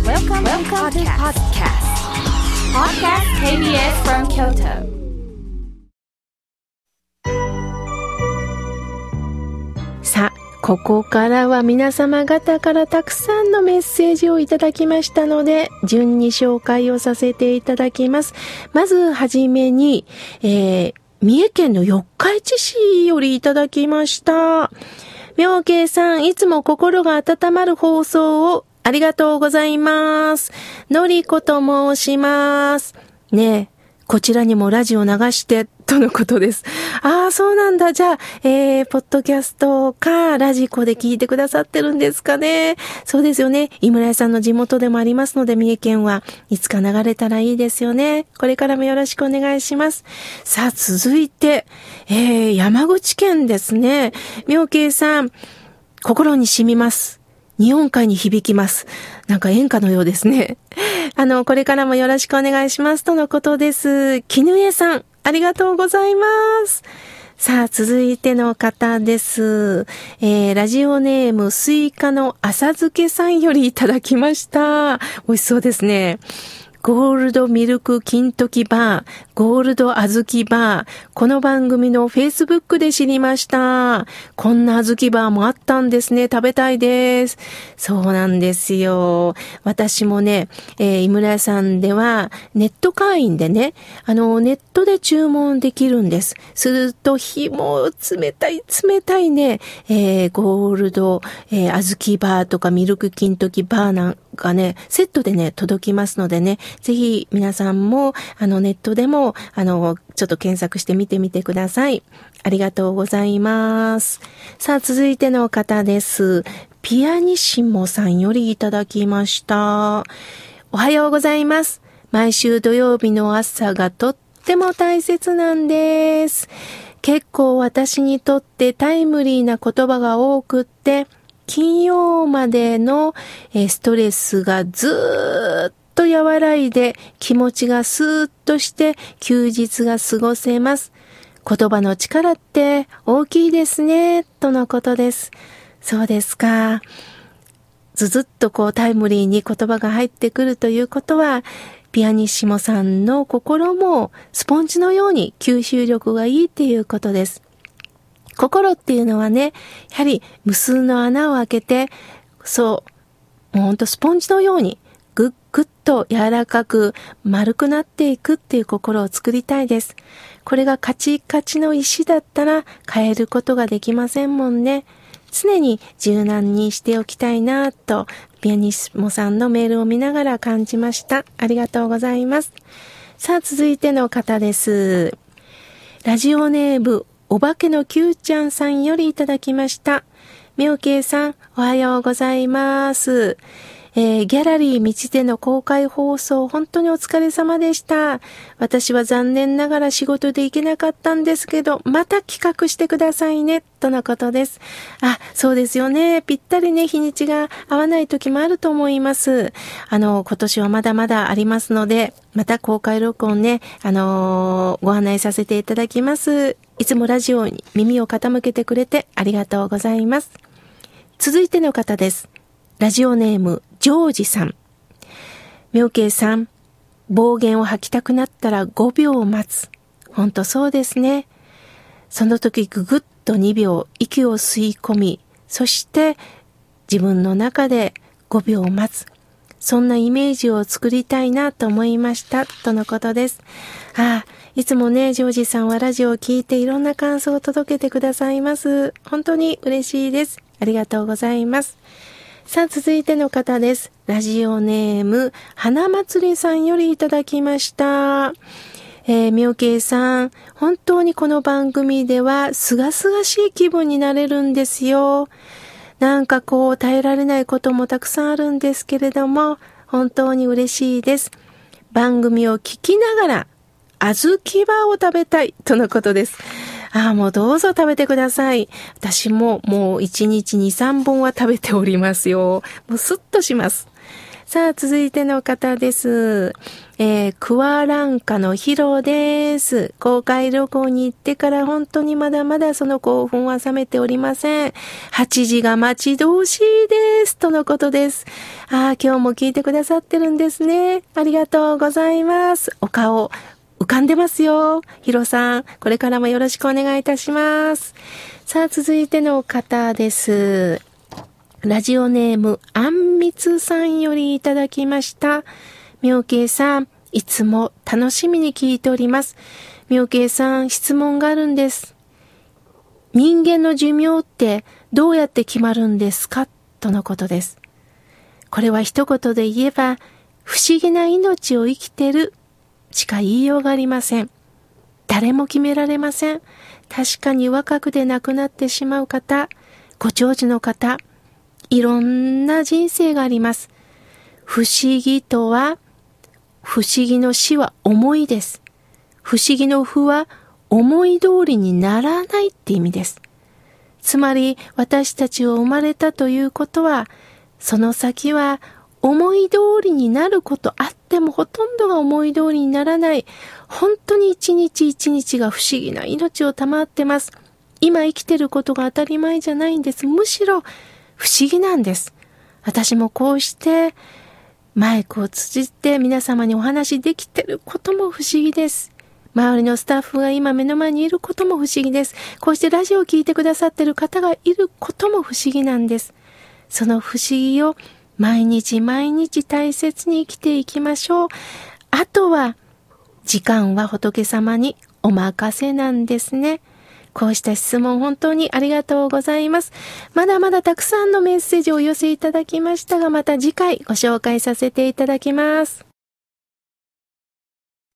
Welcome to podcast. Podcast KBS from Kyoto. さあ、ここからは皆様方からたくさんのメッセージをいただきましたので、順に紹介をさせていただきます。まずはじめに、三重県の四日市市よりいただきました。妙慶さん、いつも心が温まる放送をありがとうございます。のりこと申します。ねえ、こちらにもラジオ流してとのことです。ああ、そうなんだ。じゃあ、ポッドキャストかラジコで聞いてくださってるんですかね。そうですよね。井村屋さんの地元でもありますので、三重県はいつか流れたらいいですよね。これからもよろしくお願いします。さあ、続いて、山口県ですね。妙慶さん、心に染みます。日本海に響きます。なんか演歌のようですね。これからもよろしくお願いしますとのことです。絹江さん、ありがとうございます。さあ、続いての方です。ラジオネームスイカの浅漬けさんよりいただきました。美味しそうですね。ゴールドミルク金時バー、ゴールド小豆バー。この番組の Facebook で知りました。こんな小豆バーもあったんですね。食べたいです。そうなんですよ。私もね、井村屋さんではネット会員でね、ネットで注文できるんです。するともう冷たいね、ゴールド、小豆バーとかミルク金時バーなんかね、セットでね、届きますのでね、ぜひ皆さんもネットでもちょっと検索してみてみてください。ありがとうございます。さあ、続いての方です。ピアニッシモさんよりいただきました。おはようございます。毎週土曜日の朝がとっても大切なんです。結構私にとってタイムリーな言葉が多くって、金曜までのストレスがずーっと和らいで気持ちがスーッとして休日が過ごせます。言葉の力って大きいですね、とのことです。そうですか。ずっとタイムリーに言葉が入ってくるということは、ピアニッシモさんの心もスポンジのように吸収力がいいっていうことです。心っていうのはね、やはり無数の穴を開けて、もうほんとスポンジのようにぐっと柔らかく丸くなっていくっていう心を作りたいです。これがカチカチの石だったら変えることができませんもんね。常に柔軟にしておきたいなと、ピアニッシモさんのメールを見ながら感じました。ありがとうございます。さあ、続いての方です。ラジオネームお化けの Q ちゃんさんよりいただきました。妙慶さん、おはようございます。ギャラリー道での公開放送、本当にお疲れ様でした。私は残念ながら仕事で行けなかったんですけど、また企画してくださいね、とのことです。あ、そうですよね。ぴったりね、日にちが合わない時もあると思います。今年はまだまだありますので、また公開録音ね、ご案内させていただきます。いつもラジオに耳を傾けてくれてありがとうございます。続いての方です。ラジオネーム、ジョージさん。妙慶さん、暴言を吐きたくなったら5秒待つ。ほんとそうですね。その時ぐぐっと2秒息を吸い込み、そして自分の中で5秒待つ。そんなイメージを作りたいなと思いました。とのことです。いつもね、ジョージさんはラジオを聞いていろんな感想を届けてくださいます。本当に嬉しいです。ありがとうございます。さあ、続いての方です。ラジオネーム、花祭りさんよりいただきました。妙慶さん、本当にこの番組では、すがすがしい気分になれるんですよ。なんか耐えられないこともたくさんあるんですけれども、本当に嬉しいです。番組を聞きながら、小豆バーを食べたい、とのことです。もうどうぞ食べてください。私ももう1日2、3本は食べておりますよ。もうスッとします。 さあ、続いての方です。クワランカのヒロです。公開旅行に行ってから本当にまだまだその興奮は冷めておりません。8時が待ち遠しいです。とのことです。今日も聞いてくださってるんですね。ありがとうございます。お顔、浮かんでますよ。ヒロさん、これからもよろしくお願いいたします。さあ、続いての方です。ラジオネーム、あんみつさんよりいただきました。妙慶さん、いつも楽しみに聞いております。妙慶さん、質問があるんです。人間の寿命ってどうやって決まるんですか？とのことです。これは一言で言えば、不思議な命を生きてるしか言いようがありません。誰も決められません。確かに若くで亡くなってしまう方、ご長寿の方、いろんな人生があります。不思議とは、不思議の死は思いです。不思議の不は思い通りにならないって意味です。つまり私たちを生まれたということは、その先は思い通りになることあってもほとんどが思い通りにならない。本当に一日一日が不思議な命を賜ってます。今生きてることが当たり前じゃないんです。むしろ不思議なんです。私もこうしてマイクを通じて皆様にお話できてることも不思議です。周りのスタッフが今目の前にいることも不思議です。こうしてラジオを聞いてくださってる方がいることも不思議なんです。その不思議を毎日毎日大切に生きていきましょう。あとは時間は仏様にお任せなんですね。こうした質問本当にありがとうございます。まだまだたくさんのメッセージをお寄せいただきましたが、また次回ご紹介させていただきます。